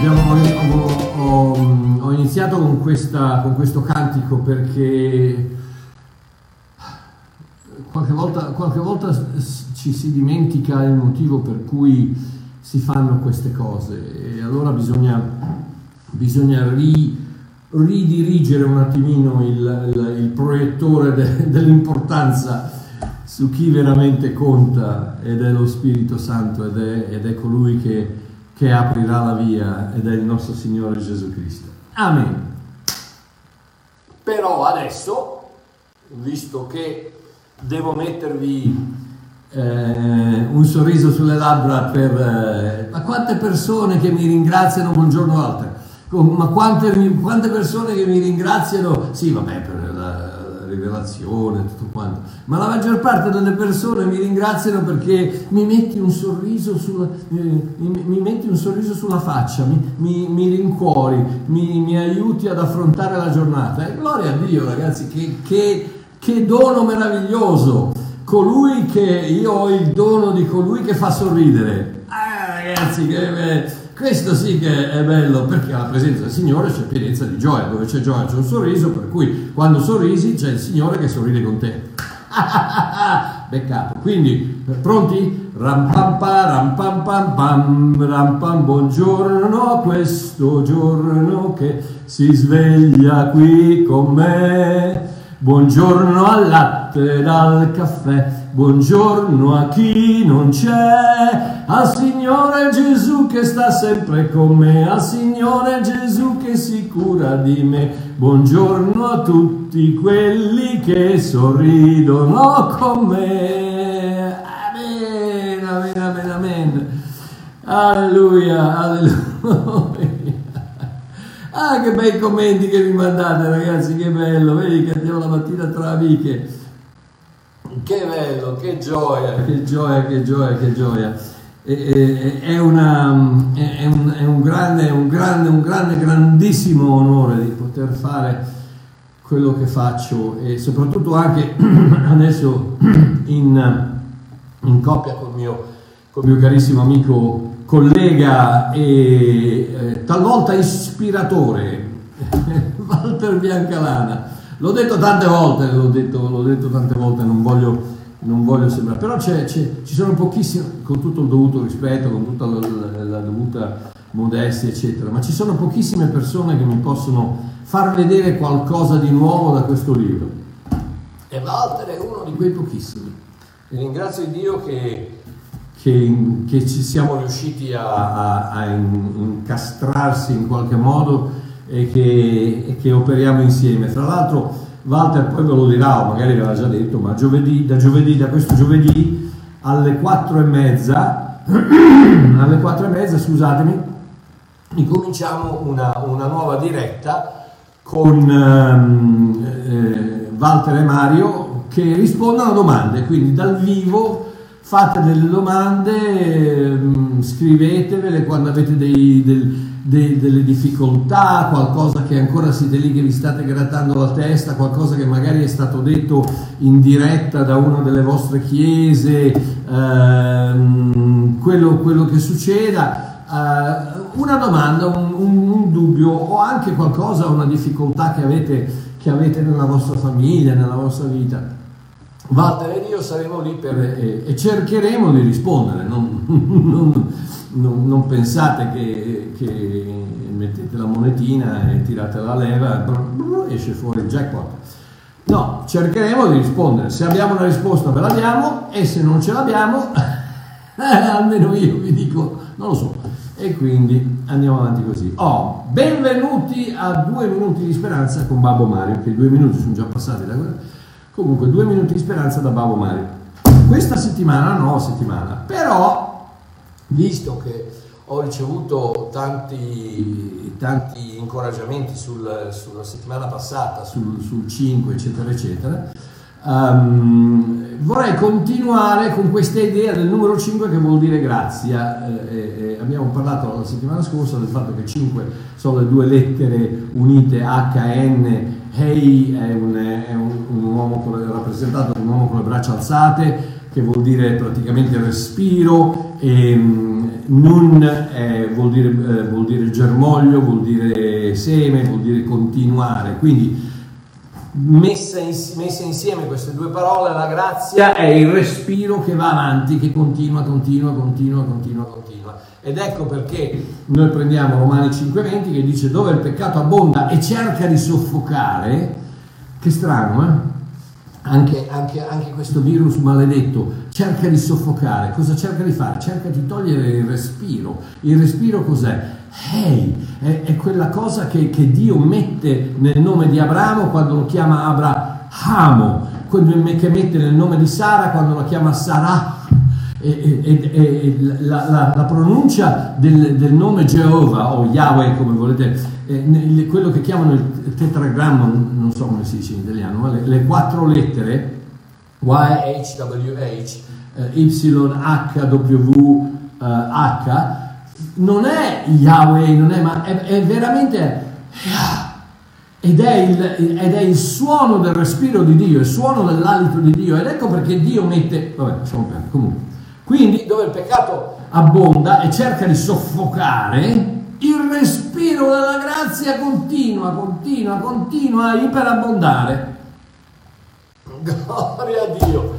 Ho iniziato con questo cantico perché qualche volta ci si dimentica il motivo per cui si fanno queste cose, e allora bisogna ridirigere un attimino il proiettore dell'importanza su chi veramente conta, ed è lo Spirito Santo, ed è colui che aprirà la via, ed è il nostro Signore Gesù Cristo. Amen. Però adesso, visto che devo mettervi un sorriso sulle labbra ma quante persone che mi ringraziano buongiorno altre, ma quante persone che mi ringraziano, sì vabbè, per la rivelazione, tutto quanto, ma la maggior parte delle persone mi ringraziano perché mi metti un sorriso sulla faccia, mi rincuori, mi aiuti ad affrontare la giornata. E gloria a Dio, ragazzi, che dono meraviglioso, colui che io ho il dono di colui che fa sorridere. Ragazzi, questo sì che è bello, perché alla presenza del Signore c'è pienezza di gioia, dove c'è gioia c'è un sorriso, per cui quando sorrisi c'è il Signore che sorride con te. Beccato. Quindi, pronti? Rampampa, rampampam, rampam, buongiorno, questo giorno che si sveglia qui con me. Buongiorno al latte e al caffè, buongiorno a chi non c'è, al Signore Gesù che sta sempre con me, al Signore Gesù che si cura di me. Buongiorno a tutti quelli che sorridono con me. Amen, amen, amen, amen. Alleluia, alleluia. Ah, che bei commenti che mi mandate, ragazzi, che bello, vedi che andiamo la mattina tra amiche, che bello, che gioia, che gioia, che gioia, che gioia. È un grandissimo onore di poter fare quello che faccio, e soprattutto anche adesso in coppia col mio carissimo amico, collega e talvolta ispiratore Walter Biancalana. L'ho detto tante volte, non voglio sembrare, però ci sono pochissimi, con tutto il dovuto rispetto, con tutta la dovuta modestia eccetera, ma ci sono pochissime persone che mi possono far vedere qualcosa di nuovo da questo libro, e Walter è uno di quei pochissimi, e ringrazio Dio che ci siamo riusciti a incastrarsi in qualche modo, e che operiamo insieme. Tra l'altro Walter poi ve lo dirà, o magari ve l'ha già detto, ma da questo giovedì alle 4:30 scusatemi, incominciamo una nuova diretta con Walter e Mario che rispondono a domande, quindi dal vivo. Fate delle domande, scrivetevele quando avete delle difficoltà, qualcosa che ancora siete lì che vi state grattando la testa, qualcosa che magari è stato detto in diretta da una delle vostre chiese, quello che succeda, una domanda, un dubbio, o anche qualcosa, una difficoltà che avete nella vostra famiglia, nella vostra vita. Walter ed io saremo lì e cercheremo di rispondere, non pensate che mettete la monetina e tirate la leva, esce fuori il jackpot. No, cercheremo di rispondere, se abbiamo una risposta ve la diamo, e se non ce l'abbiamo almeno io vi dico non lo so, e quindi andiamo avanti così. Benvenuti a 2 minuti di speranza con Babbo Mario, che 2 minuti sono già passati da quella. Comunque 2 minuti di speranza da Babbo Mario. Questa settimana, nuova settimana, però visto che ho ricevuto tanti incoraggiamenti sulla settimana passata, sul 5 eccetera eccetera, vorrei continuare con questa idea del numero 5 che vuol dire grazia. Abbiamo parlato la settimana scorsa del fatto che 5 sono le 2 lettere unite HN. Hey è un uomo rappresentato da un uomo con le braccia alzate, che vuol dire praticamente respiro, e nun vuol dire germoglio, vuol dire seme, vuol dire continuare. Quindi messe insieme queste due parole, la grazia è il respiro che va avanti, che continua. Ed ecco perché noi prendiamo Romani 5:20 che dice: dove il peccato abbonda e cerca di soffocare. Che strano, Anche questo virus maledetto cerca di soffocare. Cosa cerca di fare? Cerca di togliere il respiro. Il respiro cos'è? È quella cosa che Dio mette nel nome di Abramo quando lo chiama Abrahamo, che mette nel nome di Sara quando la chiama Sarah. La pronuncia del nome Geova o Yahweh, come volete, quello che chiamano il tetragramma, non so come si dice in italiano, ma le quattro lettere YHWH, YHWH, non è Yahweh, ma è veramente ed è il suono del respiro di Dio, il suono dell'alito di Dio. Ed ecco perché Dio mette, lasciamo perdere, comunque. Quindi dove il peccato abbonda e cerca di soffocare, il respiro della grazia continua a iperabbondare. Gloria a Dio.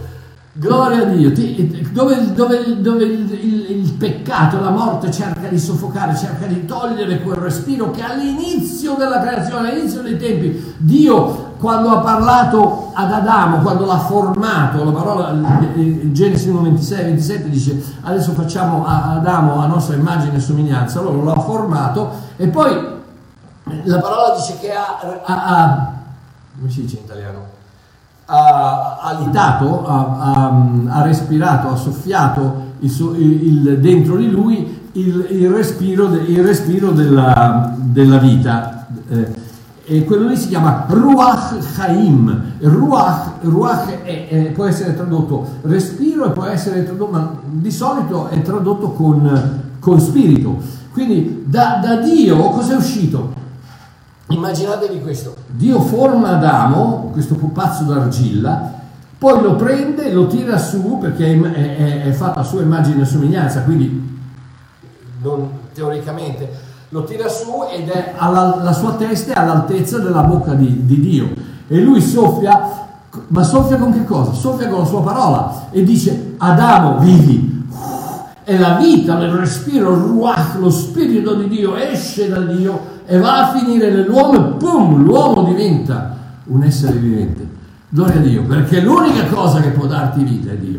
Dove il peccato, la morte cerca di soffocare, cerca di togliere quel respiro che all'inizio della creazione, all'inizio dei tempi, Dio, quando ha parlato ad Adamo, quando l'ha formato, la parola Genesi 1:26-27 dice: adesso facciamo a Adamo a nostra immagine e somiglianza. Allora l'ha formato, e poi la parola dice che come si dice in italiano? Ha alitato, ha respirato, ha soffiato dentro di lui il respiro della vita. E quello lì si chiama Ruach Chaim. Ruach può essere tradotto respiro e può essere tradotto, ma di solito è tradotto con spirito. Quindi da Dio cosa è uscito? Immaginatevi questo: Dio forma Adamo, questo pupazzo d'argilla, poi lo prende, lo tira su perché è fatto a sua immagine e somiglianza, quindi teoricamente lo tira su ed è la sua testa è all'altezza della bocca di Dio, e lui soffia, ma soffia con che cosa? Soffia con la sua parola e dice: Adamo, vivi. E la vita, il respiro, il ruach, lo spirito di Dio esce da Dio e va a finire nell'uomo, e boom, l'uomo diventa un essere vivente. Gloria a Dio, perché l'unica cosa che può darti vita è Dio.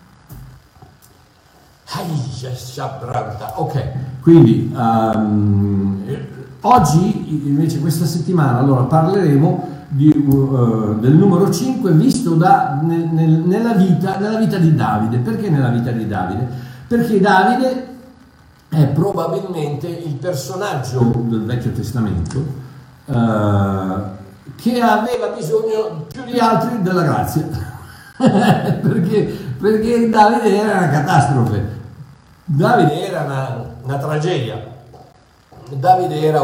Ok, quindi oggi invece, questa settimana, allora parleremo del numero 5 visto nella vita di Davide. Perché nella vita di Davide? Perché Davide è probabilmente il personaggio del Vecchio Testamento che aveva bisogno più di altri della grazia. perché Davide era una catastrofe, Davide era una tragedia, Davide era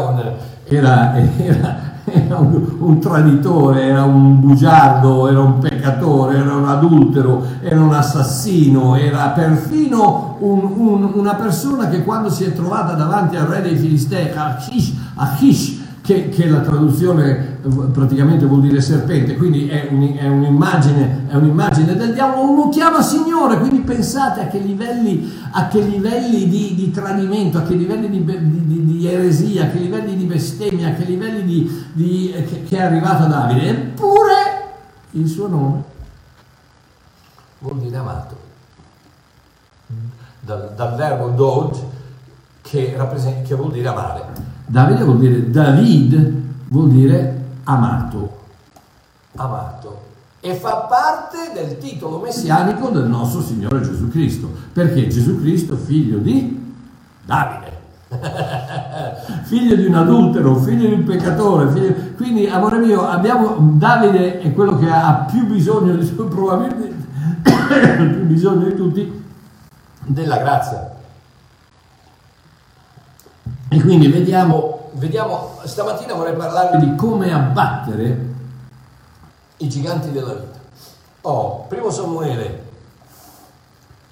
un traditore, era un bugiardo, era un peccatore, era un adultero, era un assassino, era perfino una persona che, quando si è trovata davanti al re dei Filistei, Achish, che la traduzione praticamente vuol dire serpente, quindi è un'immagine del diavolo, lo chiama Signore. Quindi pensate a che livelli di tradimento, a che livelli di eresia, a che livelli di bestemmia, a che livelli che è arrivato a Davide. Eppure il suo nome vuol dire amato, dal verbo dod, che vuol dire amare. Davide vuol dire, David vuol dire amato, e fa parte del titolo messianico del nostro Signore Gesù Cristo, perché Gesù Cristo, figlio di Davide, figlio di un adultero, figlio di un peccatore, quindi, amore mio, Davide è quello che ha più bisogno, probabilmente più bisogno di tutti, della grazia. E quindi vediamo, stamattina vorrei parlarvi di come abbattere i giganti della vita. Primo Samuele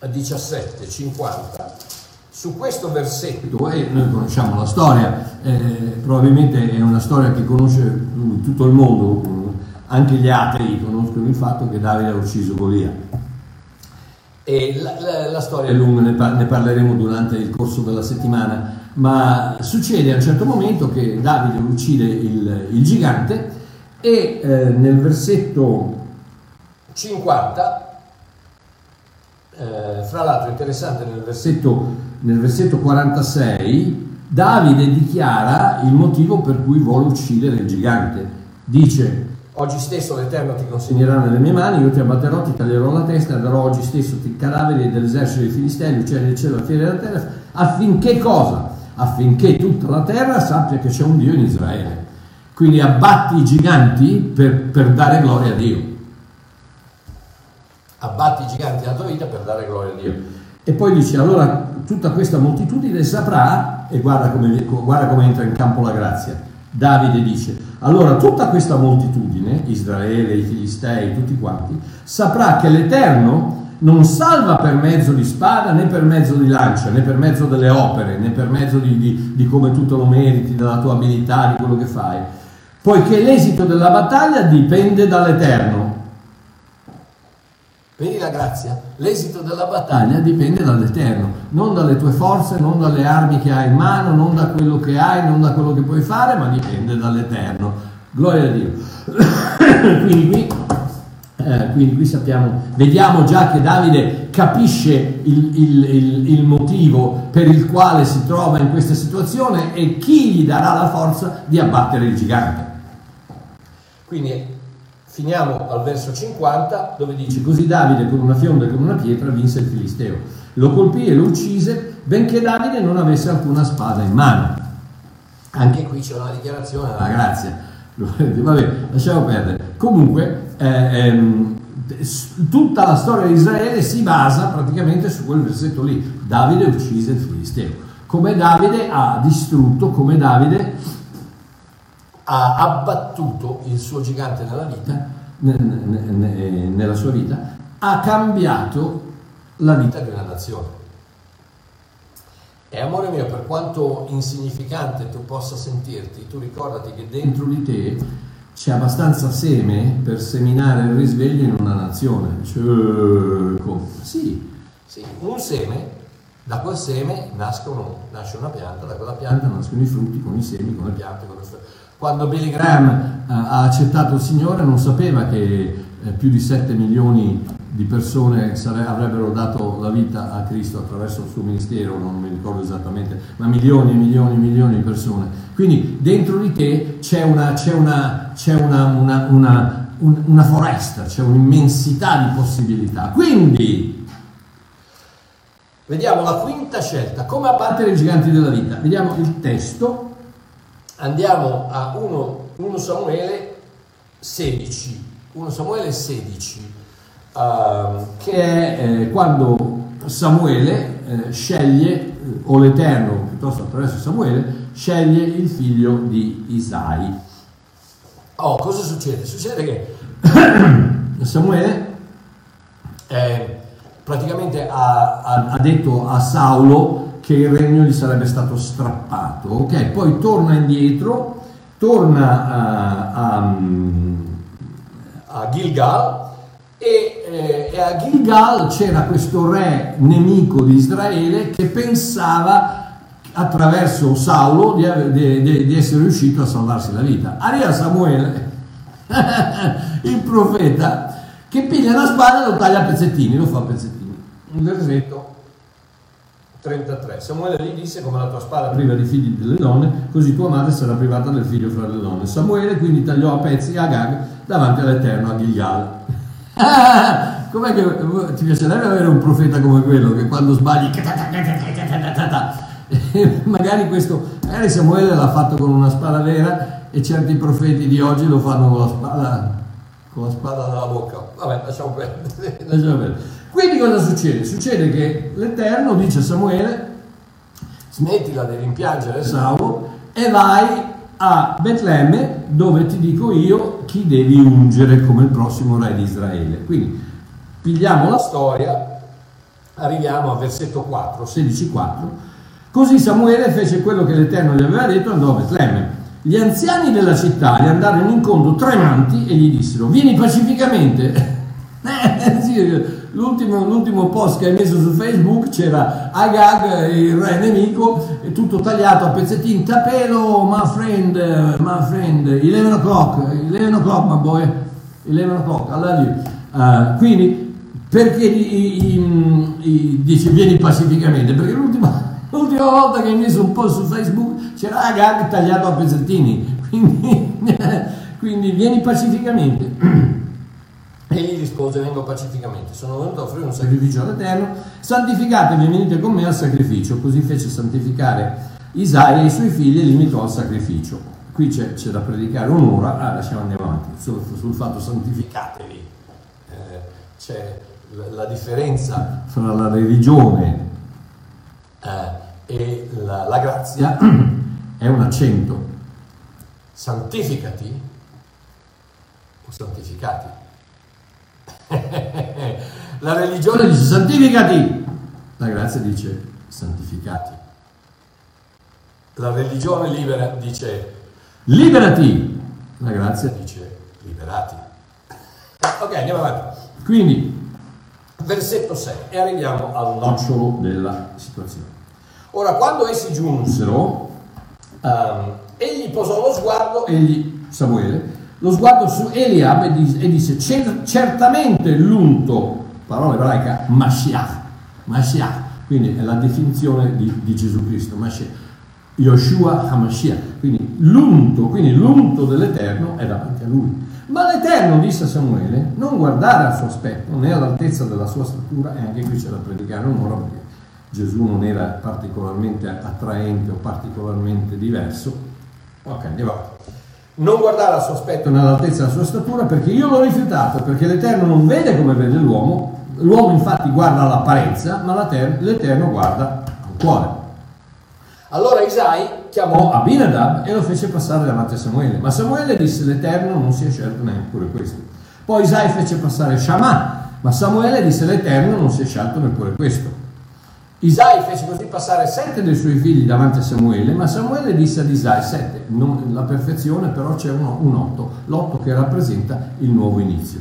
17, 50, su questo versetto, e noi conosciamo la storia, probabilmente è una storia che conosce tutto il mondo, anche gli atei conoscono il fatto che Davide ha ucciso Golia. E la storia è lunga, ne parleremo durante il corso della settimana, ma succede a un certo momento che Davide uccide il gigante e nel versetto 50, fra l'altro interessante, nel versetto 46 Davide dichiara il motivo per cui vuole uccidere il gigante. Dice: oggi stesso l'Eterno ti consegnerà nelle mie mani, io ti abbatterò, ti taglierò la testa e darò oggi stesso i cadaveri dell'esercito dei Filistei, gli uccelli del cielo e i fieri della terra, affinché cosa? Affinché tutta la terra sappia che c'è un Dio in Israele. Quindi abbatti i giganti per dare gloria a Dio. Abbatti i giganti della tua vita per dare gloria a Dio. E poi dice: allora tutta questa moltitudine saprà, e guarda come entra in campo la grazia. Davide dice: allora tutta questa moltitudine, Israele, i Filistei, tutti quanti, saprà che l'Eterno non salva per mezzo di spada, né per mezzo di lancia, né per mezzo delle opere, né per mezzo di come tu te lo meriti, della tua abilità, di quello che fai, poiché l'esito della battaglia dipende dall'Eterno. Vedi la grazia? L'esito della battaglia dipende dall'Eterno, non dalle tue forze, non dalle armi che hai in mano, non da quello che hai, non da quello che puoi fare, ma dipende dall'Eterno. Gloria a Dio. Quindi qui vediamo già che Davide capisce il motivo per il quale si trova in questa situazione e chi gli darà la forza di abbattere il gigante. Quindi finiamo al verso 50, dove dice: così Davide con una fionda e con una pietra vinse il Filisteo, lo colpì e lo uccise, benché Davide non avesse alcuna spada in mano. Anche qui c'è una dichiarazione della grazia. Vabbè, lasciamo perdere. Comunque tutta la storia di Israele si basa praticamente su quel versetto lì. Davide uccise il Filisteo, come Davide ha distrutto, come Davide ha abbattuto il suo gigante nella vita, nella sua vita, ha cambiato la vita di una nazione. E amore mio, per quanto insignificante tu possa sentirti, tu ricordati che dentro di te c'è abbastanza seme per seminare il risveglio in una nazione. Sì, un seme, da quel seme nasce una pianta, da quella pianta nascono i frutti con i semi, con le piante, con le frutti. Quando Billy Graham ha accettato il Signore non sapeva che più di 7 milioni di persone avrebbero dato la vita a Cristo attraverso il suo ministero, non mi ricordo esattamente, ma milioni e milioni e milioni di persone. Quindi dentro di te c'è una foresta, c'è un'immensità di possibilità. Quindi vediamo la quinta scelta: come abbattere i giganti della vita. Vediamo il testo. Andiamo a 1 Samuele 16, che è quando Samuele sceglie, o l'Eterno piuttosto attraverso Samuele sceglie il figlio di Isai. Cosa succede? Succede che Samuele praticamente ha detto a Saulo che il regno gli sarebbe stato strappato, ok? Poi torna indietro, torna a Gilgal e a Gilgal c'era questo re nemico di Israele che pensava attraverso Saulo di essere riuscito a salvarsi la vita. Arriva Samuele, il profeta, che piglia la spada e lo taglia a pezzettini, lo fa a pezzettini. Un versetto 33. Samuele gli disse: come la tua spada priva di figli delle donne, così tua madre sarà privata del figlio fra le donne. Samuele quindi tagliò a pezzi Agag davanti all'Eterno a Gilgal. Com'è che ti piacerebbe avere un profeta come quello che quando sbagli magari Samuele l'ha fatto con una spada vera e certi profeti di oggi lo fanno con la spada nella bocca. Vabbè, lasciamo perdere. Quindi cosa succede? Succede che l'Eterno dice a Samuele: smettila di rimpiangere Saulo e vai a Betlemme, dove ti dico io chi devi ungere come il prossimo re di Israele. Quindi pigliamo la storia arriviamo a versetto 4, 16:4. Così Samuele fece quello che l'Eterno gli aveva detto e andò a Betlemme. Gli anziani della città gli andarono incontro tremanti e gli dissero: vieni pacificamente. Sì, l'ultimo post che hai messo su Facebook c'era Agag, il re nemico, tutto tagliato a pezzettini. Tapelo, my friend, 11 o'clock, my boy, 11 o'clock, I love you. Quindi, perché dice vieni pacificamente? Perché l'ultima volta che hai messo un post su Facebook c'era Agag tagliato a pezzettini, quindi vieni pacificamente. Egli rispose: vengo pacificamente, sono venuto a offrire un sacrificio all'Eterno, santificatevi e venite con me al sacrificio. Così fece santificare Isaia e i suoi figli e li invitò al sacrificio. Qui c'è da predicare un'ora, andiamo avanti, sul fatto santificatevi. C'è la differenza fra la religione e la grazia è un accento. Santificati o santificati. La religione dice santificati, la grazia dice santificati. La religione libera dice liberati, la grazia dice liberati. Ok, andiamo avanti. Quindi versetto 6 e arriviamo al nocciolo della situazione. Ora, quando essi giunsero, egli posò lo sguardo, Samuele, lo sguardo su Eliab e disse: certamente l'unto, parola ebraica Mashiach, quindi è la definizione di Gesù Cristo, Mashiach, Yoshua HaMashiach, quindi l'unto dell'Eterno è davanti a lui. Ma l'Eterno disse a Samuele: non guardare al suo aspetto né all'altezza della sua statura, e anche qui c'è da predicare un'ora perché Gesù non era particolarmente attraente o particolarmente diverso. Ok, andiamo avanti. Non guardare al suo aspetto né all'altezza della sua statura, perché io l'ho rifiutato, perché l'Eterno non vede come vede l'uomo. L'uomo infatti guarda all'apparenza, ma l'Eterno guarda al cuore. Allora Isai chiamò Abinadab e lo fece passare davanti a Samuele, ma Samuele disse: l'Eterno non si è scelto neppure questo. Poi Isai fece passare Shammah, ma Samuele disse: l'Eterno non si è scelto neppure questo. Isai fece così passare 7 dei suoi figli davanti a Samuele, ma Samuele disse ad Isai: 7, non la perfezione, però c'è un 8, l'8 che rappresenta il nuovo inizio.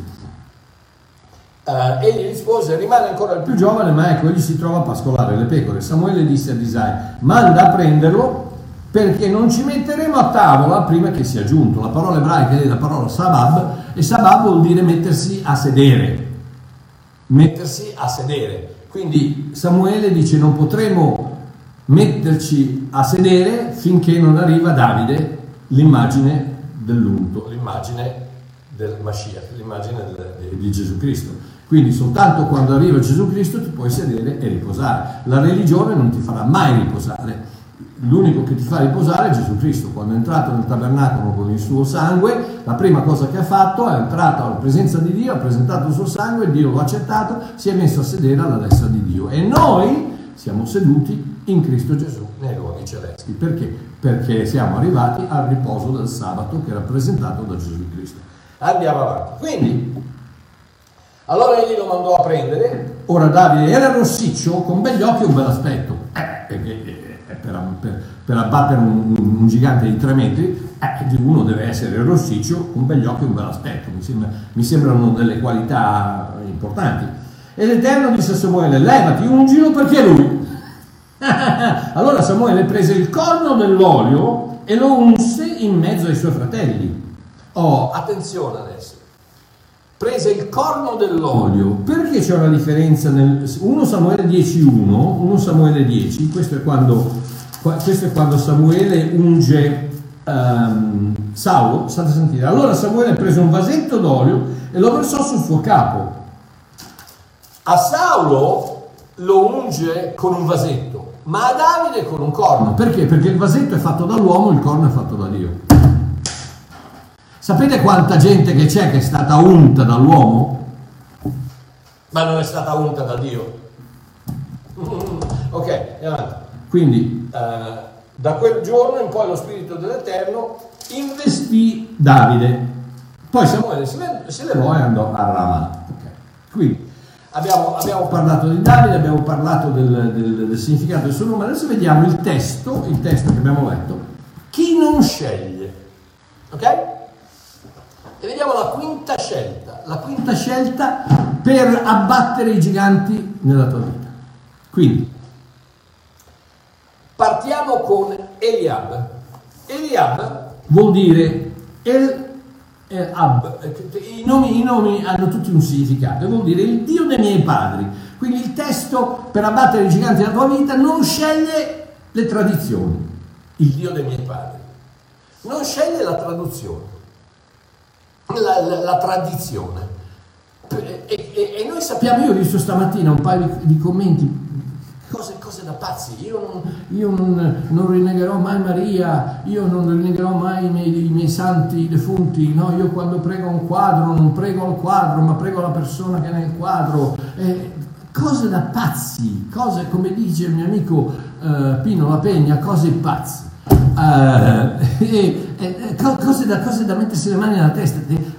Egli rispose: rimane ancora il più giovane, ma ecco, egli si trova a pascolare le pecore. Samuele disse ad Isai: manda a prenderlo, perché non ci metteremo a tavola prima che sia giunto. La parola ebraica è la parola sabab, e sabab vuol dire mettersi a sedere. Mettersi a sedere. Quindi Samuele dice: non potremo metterci a sedere finché non arriva Davide, l'immagine dell'unto, l'immagine del Mashiach, l'immagine di Gesù Cristo. Quindi soltanto quando arriva Gesù Cristo ti puoi sedere e riposare. La religione non ti farà mai riposare. L'unico che ti fa riposare è Gesù Cristo. Quando è entrato nel tabernacolo con il suo sangue, la prima cosa che ha fatto è entrato alla presenza di Dio, ha presentato il suo sangue, Dio lo ha accettato, si è messo a sedere alla destra di Dio. E noi siamo seduti in Cristo Gesù nei luoghi celesti. Perché? Perché siamo arrivati al riposo del sabato che è rappresentato da Gesù Cristo. Andiamo avanti. Quindi, allora egli lo mandò a prendere. Ora Davide era rossiccio, con begli occhi e un bel aspetto. Perché per abbattere un gigante di 3 metri, uno deve essere rossiccio, con begli occhi e un bel aspetto. Mi sembrano delle qualità importanti. E l'Eterno disse a Samuele: levati, ungilo, perché lui. Allora Samuele prese il corno dell'olio e lo unse in mezzo ai suoi fratelli. Oh, attenzione adesso. Prese il corno dell'olio. Perché c'è una differenza nel 1 Samuele 10.1, 1 Samuele 10, questo è quando Samuele unge Saulo. State a sentire. Allora Samuele prese un vasetto d'olio e lo versò sul suo capo. A Saulo lo unge con un vasetto, ma a Davide con un corno. Perché? Perché il vasetto è fatto dall'uomo, il corno è fatto da Dio. Sapete quanta gente che c'è che è stata unta dall'uomo, ma non è stata unta da Dio? Ok, andiamo avanti. Quindi da quel giorno in poi lo Spirito dell'Eterno investì Davide. Poi Samuele si levò e andò a Rama. Okay. Quindi Abbiamo parlato di Davide, abbiamo parlato del significato del suo nome, adesso vediamo il testo che abbiamo letto, chi non sceglie, ok? E vediamo la quinta scelta per abbattere i giganti nella tua vita. Quindi, partiamo con Eliab. Eliab vuol dire i nomi hanno tutti un significato, vuol dire il Dio dei miei padri. Quindi il testo per abbattere i giganti della tua vita non sceglie le tradizioni, il Dio dei miei padri, non sceglie la traduzione, la tradizione. E noi sappiamo, io ho visto stamattina un paio di commenti, cose da pazzi. Io non rinnegherò mai Maria, io non rinnegherò mai i miei santi defunti, no? Io quando prego un quadro non prego al quadro, ma prego la persona che è nel quadro. Cose da pazzi, cose, come dice il mio amico Pino La Pegna, cose pazzi. Cose da mettersi le mani nella testa.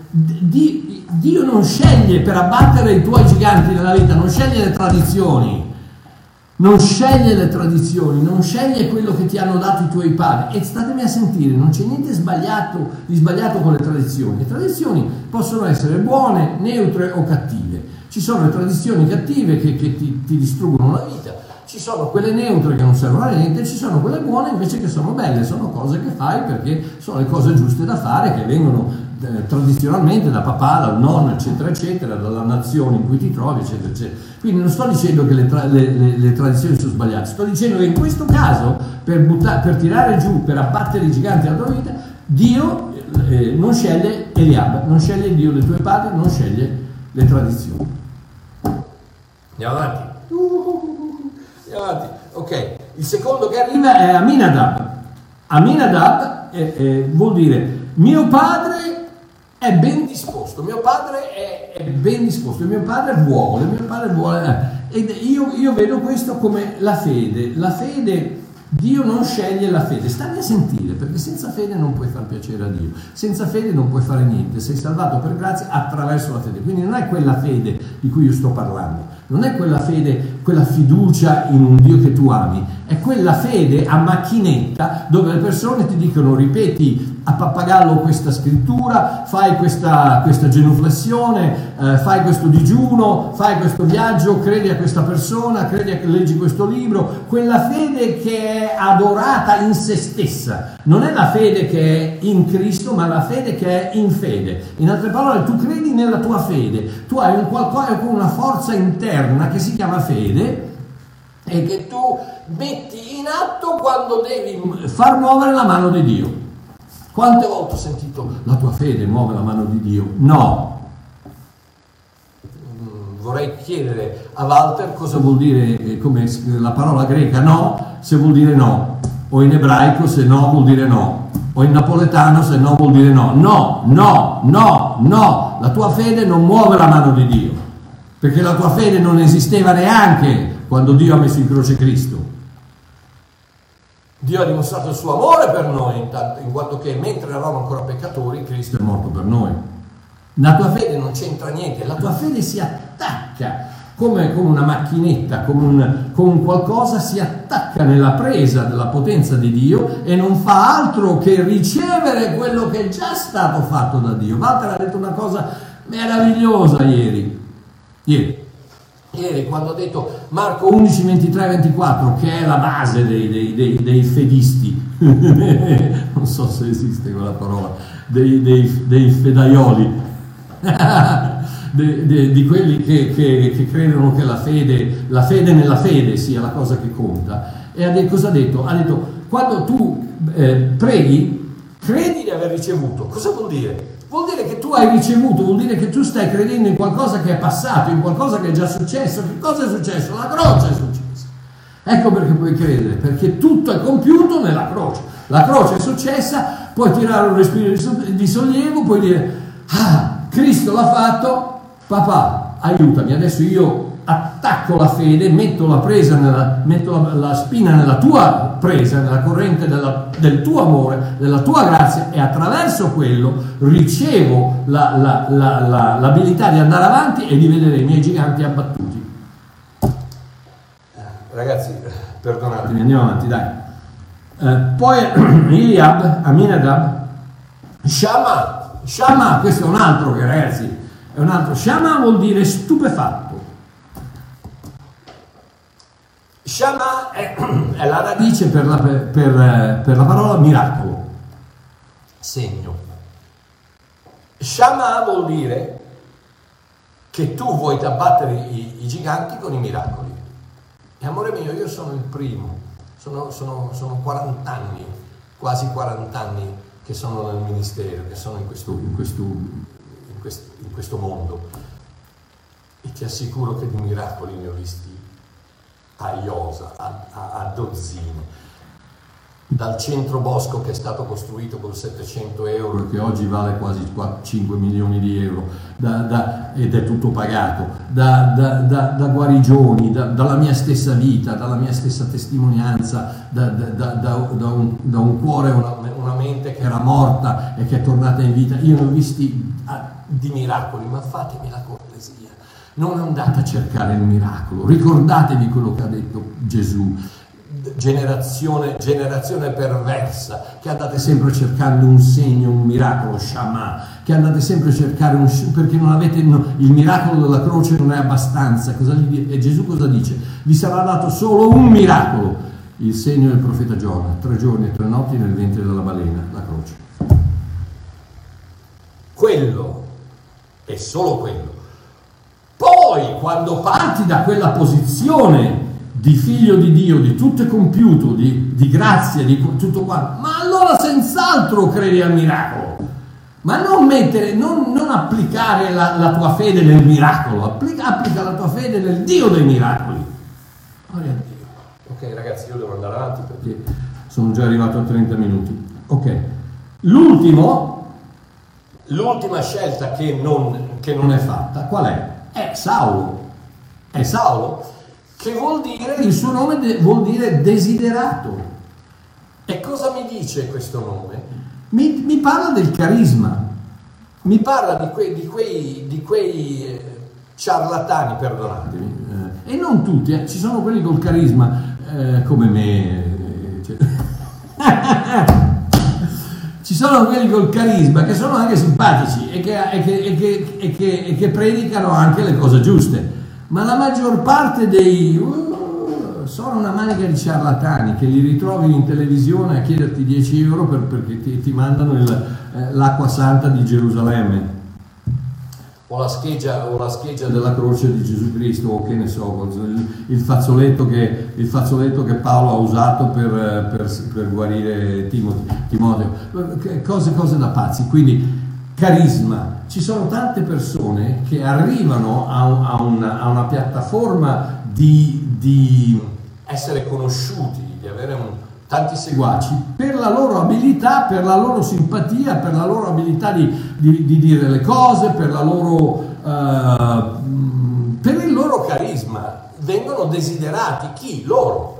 Dio non sceglie per abbattere i tuoi giganti nella vita, non sceglie le tradizioni. Non sceglie le tradizioni, non sceglie quello che ti hanno dato i tuoi padri. E statemi a sentire, non c'è niente di sbagliato con le tradizioni. Le tradizioni possono essere buone, neutre o cattive. Ci sono le tradizioni cattive che ti distruggono la vita, ci sono quelle neutre che non servono a niente, ci sono quelle buone invece che sono belle, sono cose che fai perché sono le cose giuste da fare, che vengono tradizionalmente da papà, dal nonno, eccetera, eccetera, dalla nazione in cui ti trovi, eccetera, eccetera. Quindi non sto dicendo che le tradizioni sono sbagliate, sto dicendo che in questo caso, per tirare giù, per abbattere i giganti della tua vita, Dio non sceglie Eliab, non sceglie il Dio dei tuoi padri, non sceglie le tradizioni. Andiamo avanti. Andiamo avanti. Ok, il secondo che arriva è Aminadab. Aminadab vuol dire mio padre è ben disposto, mio padre è ben disposto, mio padre vuole, ed io vedo questo come la fede, Dio non sceglie la fede, stammi a sentire, perché senza fede non puoi far piacere a Dio, senza fede non puoi fare niente, sei salvato per grazia attraverso la fede, quindi non è quella fede di cui io sto parlando, non è quella fede, quella fiducia in un Dio che tu ami, è quella fede a macchinetta dove le persone ti dicono ripeti a pappagallo questa scrittura, fai questa genuflessione, fai questo digiuno, fai questo viaggio, credi a questa persona, leggi questo libro, quella fede che è adorata in se stessa, non è la fede che è in Cristo, ma la fede che è in fede. In altre parole, tu credi nella tua fede, tu hai un qualcosa con una forza interna che si chiama fede e che tu metti in atto quando devi far muovere la mano di Dio. Quante volte ho sentito la tua fede muove la mano di Dio? No. Vorrei chiedere a Walter cosa vuol dire, come la parola greca no, se vuol dire no, o in ebraico se no vuol dire no, o in napoletano se no vuol dire no. No, la tua fede non muove la mano di Dio, perché la tua fede non esisteva neanche quando Dio ha messo in croce Cristo. Dio ha dimostrato il suo amore per noi, in quanto che mentre eravamo ancora peccatori, Cristo è morto per noi. La tua fede non c'entra niente, la tua fede si attacca come una macchinetta, come un qualcosa, si attacca nella presa della potenza di Dio e non fa altro che ricevere quello che è già stato fatto da Dio. Walter ha detto una cosa meravigliosa ieri quando ha detto Marco 11, 23, 24, che è la base dei fedisti, non so se esiste quella parola, dei fedaioli, di quelli che credono che la fede nella fede sia la cosa che conta. E cosa ha detto? Ha detto, quando tu preghi, credi di aver ricevuto. Cosa vuol dire? Vuol dire che tu hai ricevuto, vuol dire che tu stai credendo in qualcosa che è passato, in qualcosa che è già successo. Che cosa è successo? La croce è successa. Ecco perché puoi credere, perché tutto è compiuto nella croce. La croce è successa, puoi tirare un respiro di sollievo, puoi dire, Cristo l'ha fatto, papà, aiutami, adesso io attacco la fede, metto la spina nella tua presa, nella corrente del tuo amore, della tua grazia, e attraverso quello ricevo l'abilità di andare avanti e di vedere i miei giganti abbattuti. Ragazzi, perdonatemi, andiamo avanti, dai. Poi Eliab, Aminadab, Shama, questo è un altro che, ragazzi, è un altro. Shama vuol dire stupefatto. Shama è la radice per la parola miracolo, segno. Shama vuol dire che tu vuoi abbattere i giganti con i miracoli. E amore mio, io sono il primo, sono 40 anni, quasi 40 anni che sono nel ministero, che sono in questo mondo, e ti assicuro che di miracoli ne ho visti a iosa, a dozzine. Dal centro bosco che è stato costruito con 700 euro, che oggi vale quasi 5 milioni di euro, ed è tutto pagato, da guarigioni, dalla mia stessa vita, dalla mia stessa testimonianza, da un cuore, una mente che era morta e che è tornata in vita. Io ne ho visti di miracoli, ma fatemi la cortesia, non andate a cercare il miracolo, ricordatevi quello che ha detto Gesù. Generazione perversa, che andate sempre cercando un segno, un miracolo, Shama, che andate sempre a cercare perché non avete il miracolo della croce, non è abbastanza. E Gesù cosa dice? Vi sarà dato solo un miracolo, il segno del profeta Giona, 3 giorni e 3 notti nel ventre della balena, la croce. Quello è solo quello. Poi quando parti da quella posizione di figlio di Dio, di tutto è compiuto, di grazia, di tutto quanto, ma allora senz'altro credi al miracolo, ma non applicare la tua fede nel miracolo, applica la tua fede nel Dio dei miracoli. Gloria a Dio. Ok ragazzi, io devo andare avanti perché sono già arrivato a 30 minuti. Ok, l'ultima scelta che non è fatta, qual è? È Saulo, che vuol dire, il suo nome vuol dire desiderato. E cosa mi dice questo nome? Mi parla del carisma, mi parla di quei ciarlatani, perdonatemi, e non tutti, ci sono quelli col carisma, come me, ci sono quelli col carisma che sono anche simpatici e che predicano anche le cose giuste. Ma la maggior parte sono una manica di ciarlatani che li ritrovi in televisione a chiederti 10 euro perché ti mandano l'acqua santa di Gerusalemme o la scheggia della croce di Gesù Cristo, o che ne so, il fazzoletto che Paolo ha usato per guarire Timoteo, cose da pazzi. Quindi carisma. Ci sono tante persone che arrivano a una piattaforma di essere conosciuti, di avere tanti seguaci per la loro abilità, per la loro simpatia, per la loro abilità di dire le cose, per il loro carisma. Vengono desiderati. Chi? Loro.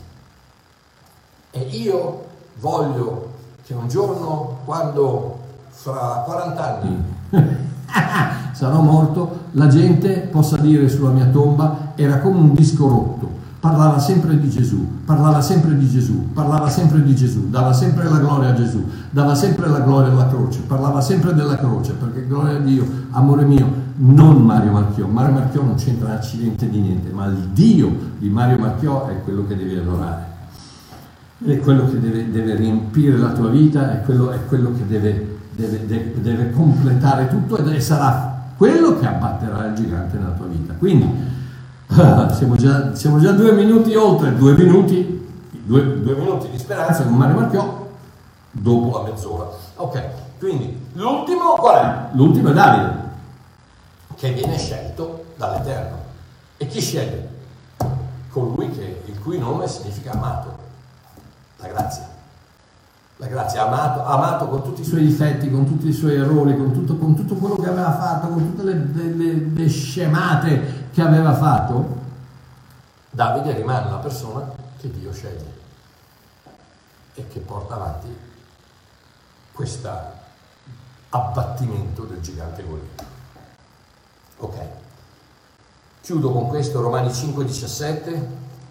E io voglio che un giorno, quando fra 40 anni sarò morto, la gente possa dire sulla mia tomba: era come un disco rotto, parlava sempre di Gesù, parlava sempre di Gesù, parlava sempre di Gesù, dava sempre la gloria a Gesù, dava sempre la gloria alla croce, parlava sempre della croce, perché gloria a Dio, amore mio, non Mario Marchiò. Mario Marchiò non c'entra un accidente di niente, ma il Dio di Mario Marchiò è quello che devi adorare, è quello che deve riempire la tua vita, è quello che deve completare tutto, e sarà quello che abbatterà il gigante nella tua vita. Quindi siamo già 2 minuti oltre, 2 minuti di speranza con Mario Marchiò dopo la mezz'ora. Ok, quindi l'ultimo qual è? L'ultimo è Davide, che viene scelto dall'Eterno. E chi sceglie? Colui il cui nome significa amato, la grazia. La grazia, amato con tutti i suoi difetti, con tutti i suoi errori, con tutto quello che aveva fatto, con tutte le scemate che aveva fatto, Davide rimane la persona che Dio sceglie e che porta avanti questo abbattimento del gigante Golia. Ok, chiudo con questo, Romani 5,17.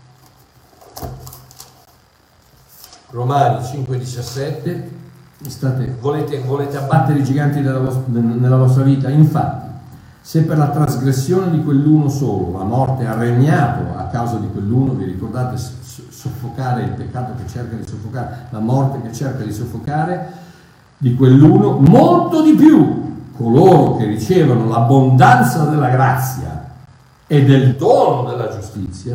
Romani 5,17. Volete abbattere i giganti nella vostra vita? Infatti, se per la trasgressione di quell'uno solo la morte ha regnato a causa di quell'uno, vi ricordate, soffocare il peccato che cerca di soffocare, la morte che cerca di soffocare, di quell'uno, molto di più coloro che ricevono l'abbondanza della grazia e del dono della giustizia,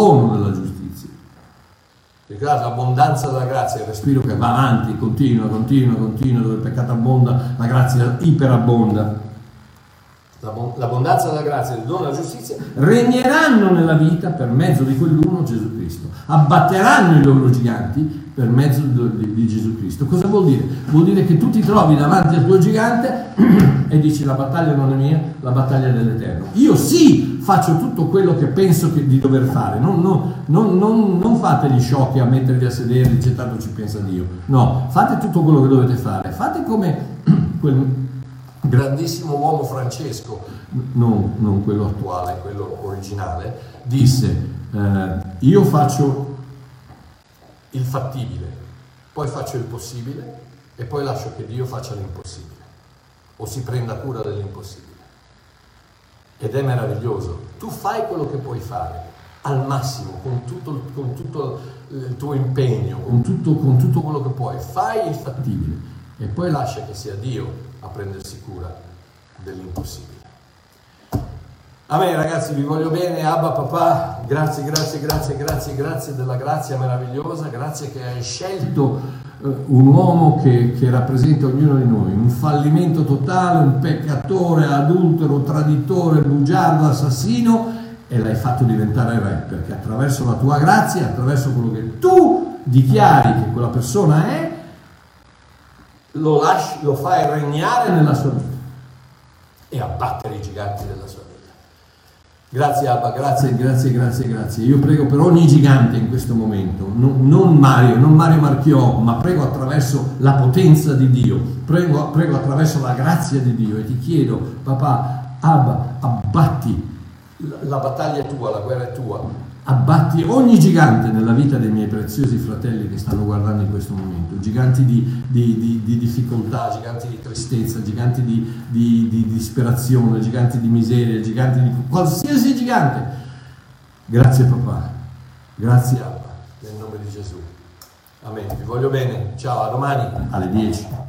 Ricordate, l'abbondanza della grazia, il respiro che va avanti, continua, dove il peccato abbonda, la grazia iperabbonda. L'abbondanza della grazia e del dono della giustizia regneranno nella vita per mezzo di quell'uno, Gesù Cristo. Abbatteranno i loro giganti per mezzo di Gesù Cristo. Cosa vuol dire? Vuol dire che tu ti trovi davanti al tuo gigante e dici: la battaglia non è mia, la battaglia è dell'Eterno. Io sì faccio tutto quello che penso di dover fare. Non fate gli sciocchi a mettervi a sedere, dice tanto ci pensa Dio. No, fate tutto quello che dovete fare. Fate come quel grandissimo uomo Francesco, non quello attuale, quello originale, disse: io faccio il fattibile, poi faccio il possibile e poi lascio che Dio faccia l'impossibile o si prenda cura dell'impossibile. Ed è meraviglioso. Tu fai quello che puoi fare al massimo, con tutto il tuo impegno, con tutto quello che puoi, fai il fattibile e poi lascia che sia Dio a prendersi cura dell'impossibile. Amen, ragazzi, vi voglio bene. Abba papà, grazie della grazia meravigliosa, grazie che hai scelto un uomo che rappresenta ognuno di noi, un fallimento totale, un peccatore, adultero, traditore, bugiardo, assassino, e l'hai fatto diventare re, perché attraverso la tua grazia, attraverso quello che tu dichiari che quella persona è, lo fai regnare nella sua vita e abbattere i giganti della sua vita. Grazie Abba, grazie. Io prego per ogni gigante in questo momento, non Mario Marchiò, ma prego attraverso la potenza di Dio, prego attraverso la grazia di Dio, e ti chiedo, papà, Abba, abbatti, la battaglia è tua, la guerra è tua. Abbatti ogni gigante nella vita dei miei preziosi fratelli che stanno guardando in questo momento, giganti di difficoltà, giganti di tristezza, giganti di disperazione, giganti di miseria, giganti di qualsiasi gigante. Grazie papà, grazie Abba, nel nome di Gesù. Amen. Vi voglio bene. Ciao, a domani alle 10.